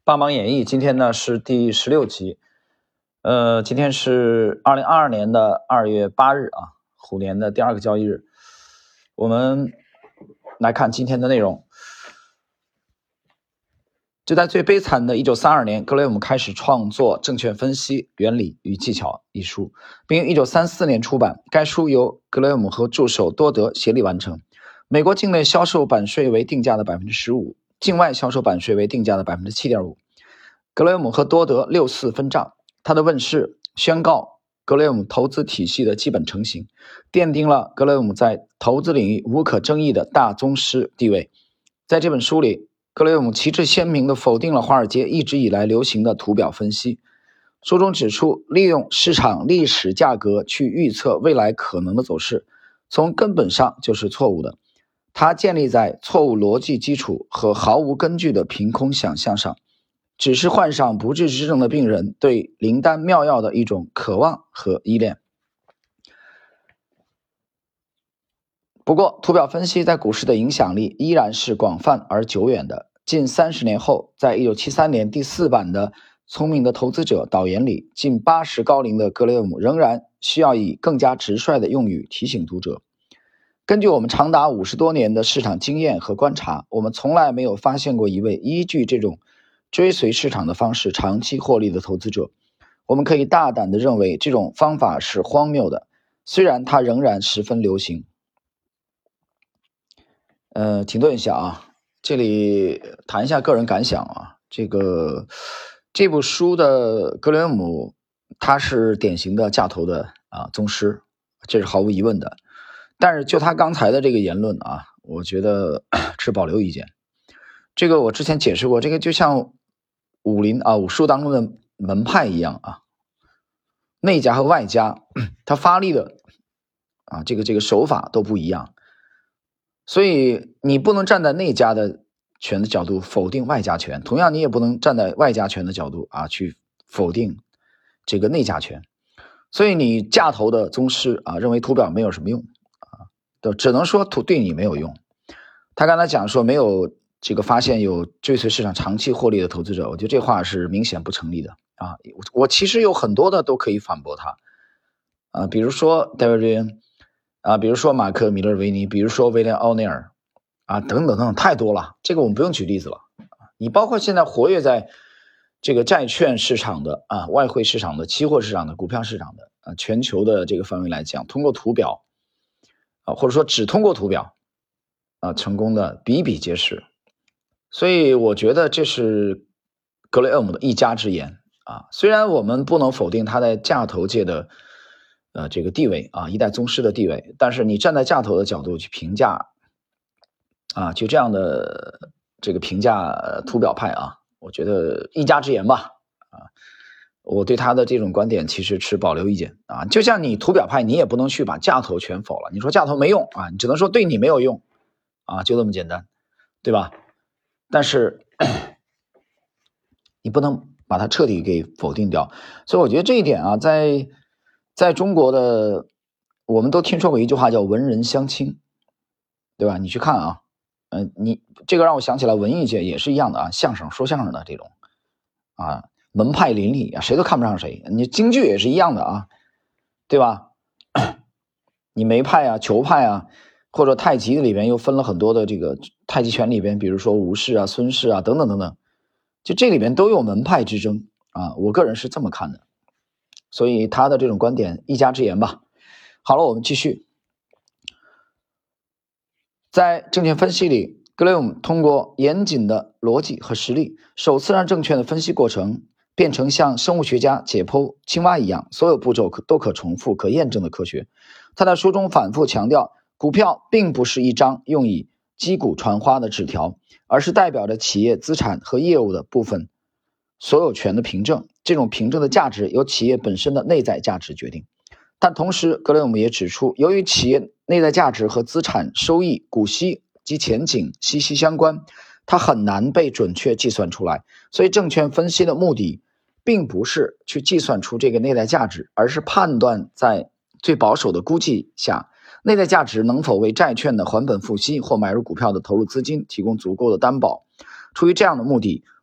帮忙演绎，今天呢是第16集，今天是2022年的2月8日啊，虎年的第2个交易日。我们来看今天的内容。就在最悲惨的1932年，格雷厄姆开始创作《证券分析原理与技巧》一书，并于1934年出版。该书由格雷厄姆和助手多德协力完成。美国境内销售版税为定价的 15%， 境外销售版税为定价的 7.5%。格雷厄姆和多德6-4分账。他的问世宣告格雷厄姆投资体系的基本成型，奠定了格雷厄姆在投资领域无可争议的大宗师地位。在这本书里，格雷厄姆旗帜鲜明地否定了华尔街一直以来流行的图表分析。书中指出，利用市场历史价格去预测未来可能的走势，从根本上就是错误的。它建立在错误逻辑基础和毫无根据的凭空想象上，只是患上不治之症的病人对灵丹妙药的一种渴望和依恋。不过，图表分析在股市的影响力依然是广泛而久远的。近30年后，在1973年第4版的《聪明的投资者》导言里，近80高龄的格雷厄姆仍然需要以更加直率的用语提醒读者。根据我们长达50多年的市场经验和观察，我们从来没有发现过一位依据这种追随市场的方式长期获利的投资者。我们可以大胆地认为这种方法是荒谬的，虽然它仍然十分流行。停顿一下啊，这里谈一下个人感想啊。这部书的格雷厄姆，他是典型的价投的宗师，这是毫无疑问的。但是就他刚才的这个言论啊，我觉得持保留意见。这个我之前解释过，这个就像武术当中的门派一样啊，内家和外家，他发力的这个手法都不一样。所以你不能站在内家的权的角度否定外家权，同样你也不能站在外家权的角度去否定这个内家权。所以你价投的宗师认为图表没有什么用只能说对你没有用。他刚才讲说没有这个发现有追随市场长期获利的投资者，我觉得这话是明显不成立的我其实有很多的都可以反驳他比如说 David比如说马克米勒维尼，比如说威廉奥内尔等等等等，太多了，这个我们不用举例子了你包括现在活跃在这个债券市场的外汇市场的期货市场的股票市场的全球的这个范围来讲，通过图表或者说只通过图表成功的比比皆是。所以我觉得这是格雷厄姆的一家之言虽然我们不能否定他在价投界的这个地位一代宗师的地位，但是你站在价投的角度去评价就这样的这个评价图表派我觉得一家之言吧我对他的这种观点其实持保留意见就像你图表派，你也不能去把价投全否了，你说价投没用你只能说对你没有用就这么简单，对吧？但是你不能把它彻底给否定掉。所以我觉得这一点在中国的我们都听说过一句话叫文人相轻，对吧？你去看你这个让我想起来文艺界也是一样的相声说相声的这种门派林立谁都看不上谁。你京剧也是一样的对吧？你梅派球派或者太极里边又分了很多的这个太极拳里边，比如说吴氏孙氏等等等等，就这里边都有门派之争我个人是这么看的。所以他的这种观点一家之言吧。好了，我们继续。在证券分析里，格雷厄姆通过严谨的逻辑和实例，首次让证券的分析过程变成像生物学家解剖青蛙一样，所有步骤都可重复、可验证的科学。他在书中反复强调，股票并不是一张用以击鼓传花的纸条，而是代表着企业资产和业务的部分所有权的凭证，这种凭证的价值由企业本身的内在价值决定。但同时，格雷厄姆也指出，由于企业内在价值和资产收益、股息及前景息息相关，它很难被准确计算出来。所以证券分析的目的并不是去计算出这个内在价值，而是判断在最保守的估计下，内在价值能否为债券的还本付息或买入股票的投入资金提供足够的担保。出于这样的目的，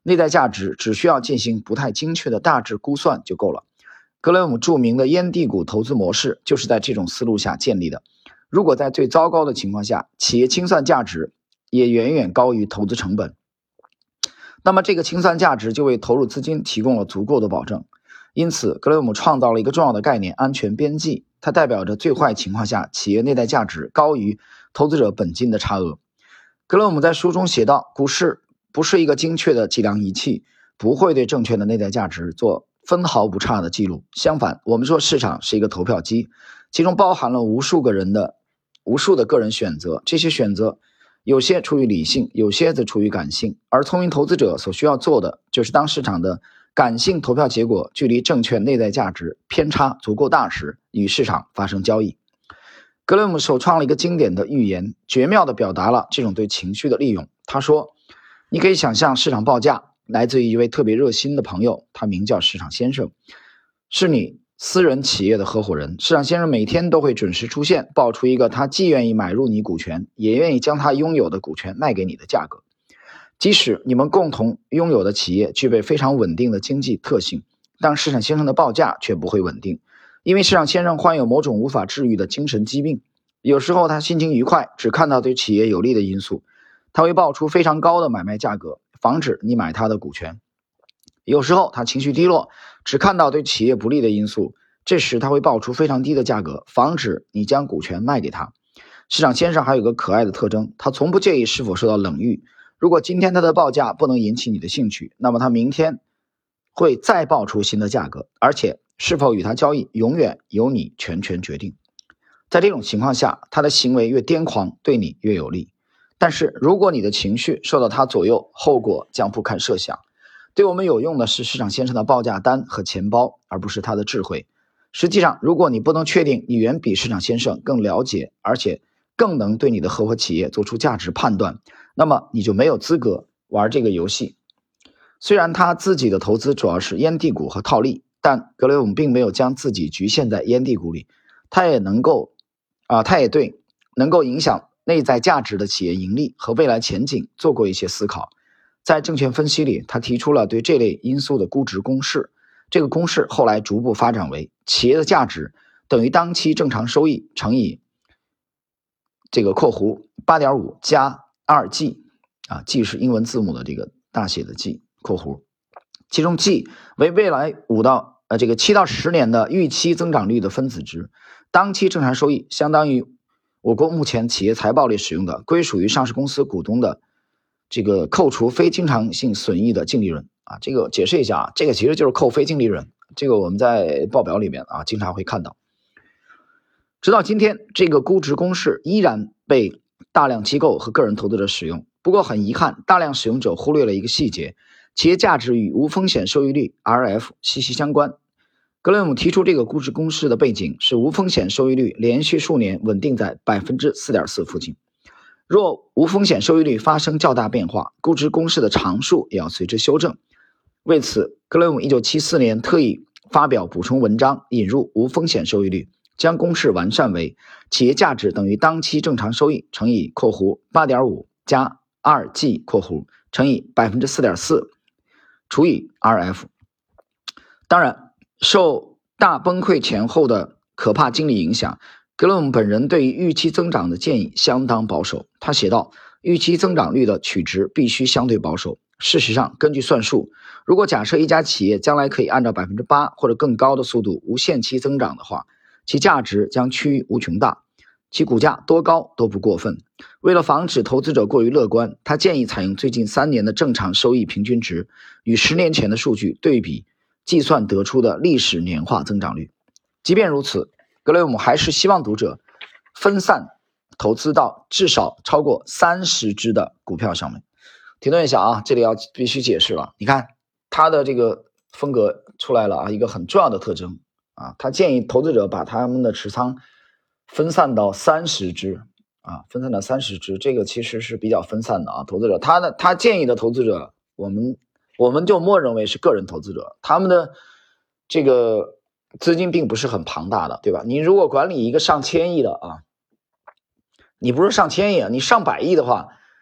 内在价值只需要进行不太精确的大致估算就够了。格雷厄姆著名的烟蒂股投资模式就是在这种思路下建立的。如果在最糟糕的情况下，企业清算价值也远远高于投资成本，那么这个清算价值就为投入资金提供了足够的保证。因此，格雷厄姆创造了一个重要的概念——安全边际，它代表着最坏情况下企业内在价值高于投资者本金的差额。格雷厄姆在书中写道，股市不是一个精确的计量仪器，不会对证券的内在价值做分毫不差的记录。相反，我们说市场是一个投票机，其中包含了无数的个人选择，这些选择有些出于理性，有些则出于感性，而聪明投资者所需要做的就是当市场的感性投票结果距离证券内在价值偏差足够大时，与市场发生交易。格雷厄姆首创了一个经典的寓言，绝妙地表达了这种对情绪的利用。他说，你可以想象市场报价来自于一位特别热心的朋友，他名叫市场先生，是你私人企业的合伙人。市场先生每天都会准时出现，报出一个他既愿意买入你股权，也愿意将他拥有的股权卖给你的价格。即使你们共同拥有的企业具备非常稳定的经济特性，但市场先生的报价却不会稳定，因为市场先生患有某种无法治愈的精神疾病。有时候他心情愉快，只看到对企业有利的因素，他会报出非常高的买卖价格，防止你买他的股权。有时候他情绪低落，只看到对企业不利的因素，这时他会报出非常低的价格，防止你将股权卖给他。市场先生还有个可爱的特征，他从不介意是否受到冷遇。如果今天他的报价不能引起你的兴趣，那么他明天会再报出新的价格，而且是否与他交易永远由你全权决定。在这种情况下，他的行为越癫狂，对你越有利。但是如果你的情绪受到他左右，后果将不堪设想。对我们有用的是市场先生的报价单和钱包，而不是他的智慧。实际上，如果你不能确定你远比市场先生更了解，而且更能对你的合伙企业做出价值判断，那么你就没有资格玩这个游戏。虽然他自己的投资主要是烟蒂股和套利，但格雷厄姆并没有将自己局限在烟蒂股里，他也对能够影响内在价值的企业盈利和未来前景做过一些思考。在证券分析里，他提出了对这类因素的估值公式，这个公式后来逐步发展为企业的价值等于当期正常收益乘以这个括弧 8.5 加 2G， G 是英文字母的这个大写的 G 括弧，其中 G 为未来7到10年的预期增长率的分子值。当期正常收益相当于我国目前企业财报里使用的归属于上市公司股东的这个扣除非经常性损益的净利润这个解释一下这个其实就是扣非净利润，这个我们在报表里面经常会看到。直到今天，这个估值公式依然被大量机构和个人投资者使用。不过很遗憾，大量使用者忽略了一个细节，企业价值与无风险收益率 RF 息息相关。格雷厄姆提出这个估值公式的背景是无风险收益率连续数年稳定在 4.4% 附近。若无风险收益率发生较大变化，估值公式的常数也要随之修正。为此，格雷厄姆1974年特意发表补充文章，引入无风险收益率，将公式完善为企业价值等于当期正常收益乘以括弧 8.5 加 2G 括弧乘以 4.4% 除以 RF。 当然，受大崩溃前后的可怕经历影响，格雷厄姆本人对于预期增长的建议相当保守。他写道，预期增长率的取值必须相对保守。事实上，根据算术，如果假设一家企业将来可以按照 8% 或者更高的速度无限期增长的话，其价值将趋于无穷大，其股价多高都不过分。为了防止投资者过于乐观，他建议采用最近3年的正常收益平均值与10年前的数据对比，计算得出的历史年化增长率。即便如此，格雷厄姆还是希望读者分散投资到至少超过30只的股票上面。停顿一下这里必须解释了。你看他的这个风格出来了一个很重要的特征他建议投资者把他们的持仓分散到30只分散到30只，这个其实是比较分散的投资者他建议的投资者，我们就默认为是个人投资者，他们的这个资金并不是很庞大的，对吧？你如果管理一个上千亿的你不是上千亿你上百亿的话，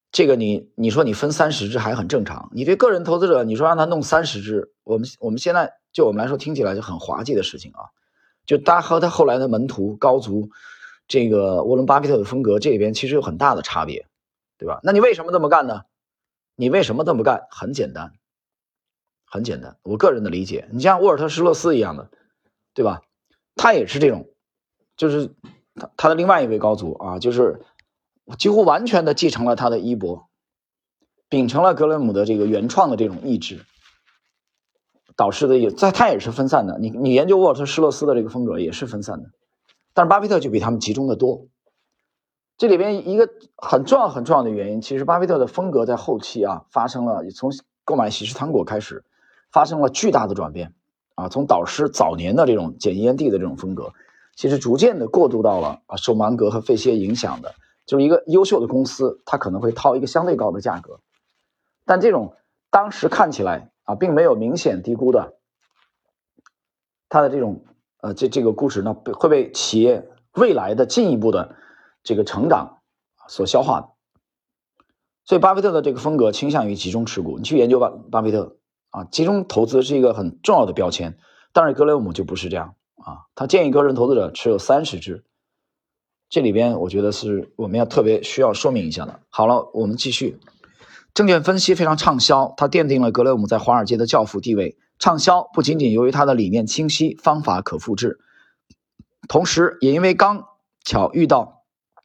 这个你说你分30只还很正常，你对个人投资者你说让他弄30只，我们现在就我们来说听起来就很滑稽的事情啊。就他和他后来的门徒高足，这个沃伦巴菲特的风格这里边其实有很大的差别，对吧？那你为什么这么干呢？你为什么这么干？很简单，很简单，我个人的理解，你像沃尔特施洛斯一样的，对吧？他也是这种，就是他的另外一位高足啊，就是几乎完全的继承了他的衣钵，秉承了格雷姆的这个原创的这种意志。导师的他也是分散的，你研究沃尔特施洛斯的这个风格也是分散的，但是巴菲特就比他们集中的多。这里边一个很重要的原因，其实巴菲特的风格在后期啊发生了，从购买喜事糖果开始发生了巨大的转变啊，从导师早年的这种简易烟蒂的这种风格，其实逐渐的过渡到了受芒格和费歇影响的，就是一个优秀的公司，它可能会掏一个相对高的价格，但这种当时看起来并没有明显低估的，它的这种这个估值呢会被企业未来的进一步的这个成长所消化的。所以巴菲特的这个风格倾向于集中持股，你去研究巴菲特集中投资是一个很重要的标签。但是格雷厄姆就不是这样他建议个人投资者持有30只，这里边我觉得是我们要特别需要说明一下的。好了，我们继续。证券分析非常畅销，它奠定了格雷厄姆在华尔街的教父地位。畅销不仅仅由于他的理念清晰，方法可复制，同时也因为刚巧遇到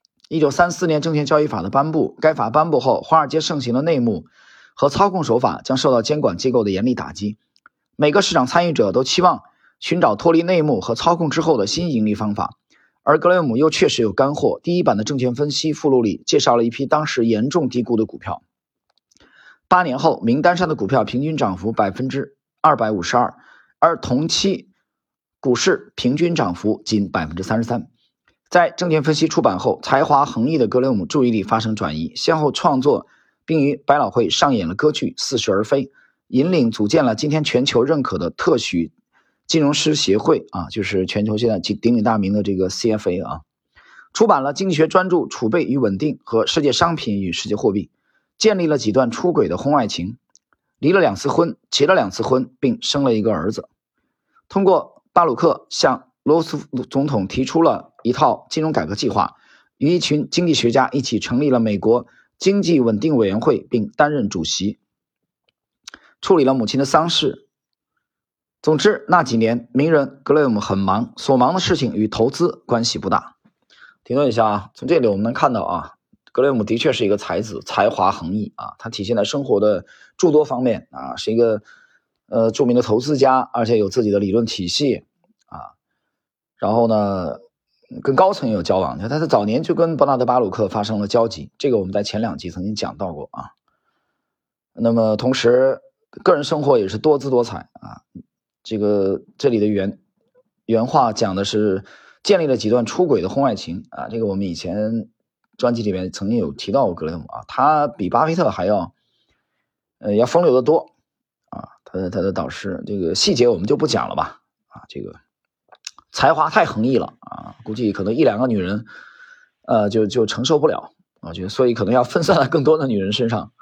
1934年证券交易法的颁布。该法颁布后，华尔街盛行的内幕和操控手法将受到监管机构的严厉打击。每个市场参与者都期望寻找脱离内幕和操控之后的新盈利方法，而格雷厄姆又确实有干货。第一版的证券分析附录里介绍了一批当时严重低估的股票。8年后，名单上的股票平均涨幅 252%， 而同期股市平均涨幅仅 33%。 在证券分析出版后，才华横溢的格雷厄姆注意力发生转移，先后创作并于百老汇上演了歌剧《似是而非》，引领组建了今天全球认可的特许金融师协会就是全球现在鼎鼎大名的这个 CFA 出版了经济学专著《储备与稳定》和《世界商品与世界货币》，建立了几段出轨的婚外情，离了2次婚，结了2次婚，并生了一个儿子。通过巴鲁克向罗斯福总统提出了一套金融改革计划，与一群经济学家一起成立了美国经济稳定委员会，并担任主席，处理了母亲的丧事。总之，那几年名人格雷厄姆很忙，所忙的事情与投资关系不大。停顿一下从这里我们能看到格雷厄姆的确是一个才子，才华横溢他体现在生活的诸多方面是一个著名的投资家，而且有自己的理论体系然后呢跟高层也有交往，他在早年就跟伯纳德·巴鲁克发生了交集，这个我们在前2集曾经讲到过那么同时个人生活也是多姿多彩这里的原话讲的是建立了几段出轨的婚外情这个我们以前专辑里面曾经有提到过格雷厄姆他比巴菲特还要风流的多他的导师，这个细节我们就不讲了吧这个才华太横溢了估计可能1-2个女人就承受不了我觉得，所以可能要分散在更多的女人身上。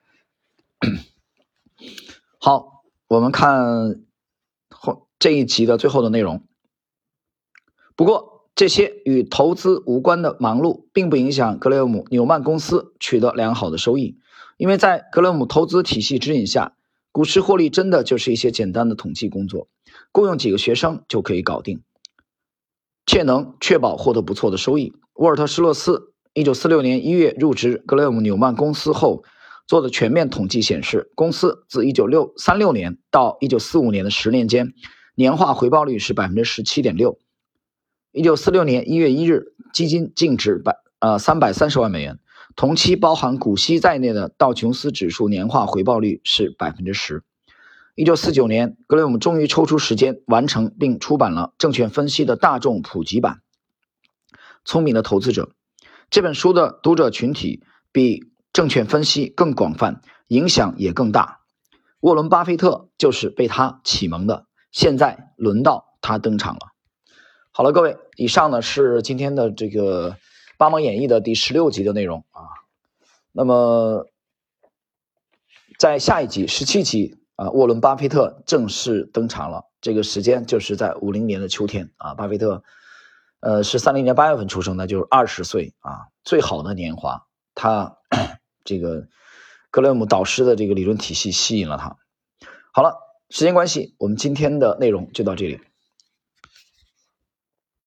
好，我们看这一集的最后的内容。不过这些与投资无关的忙碌并不影响格雷厄姆纽曼公司取得良好的收益，因为在格雷厄姆投资体系指引下，股市获利真的就是一些简单的统计工作，雇佣几个学生就可以搞定，且能确保获得不错的收益。沃尔特·施洛斯1946年1月入职格雷厄姆纽曼公司后做的全面统计显示，公司自1936年到1945年的10年间，年化回报率是 17.6%。1946年1月1日，基金净值330万美元，同期包含股息在内的道琼斯指数年化回报率是 10%。1949年，格雷厄姆终于抽出时间完成并出版了证券分析的大众普及版《聪明的投资者》。这本书的读者群体比证券分析更广泛，影响也更大。沃伦·巴菲特就是被他启蒙的，现在轮到他登场了。好了，各位，以上呢是今天的这个《巴蒙演义》的第16集的内容那么在下一集17集沃伦巴菲特正式登场了，这个时间就是在50年的秋天巴菲特是30年8月份出生的，就是20岁最好的年华。他这个格雷厄姆导师的这个理论体系吸引了他。好了，时间关系，我们今天的内容就到这里。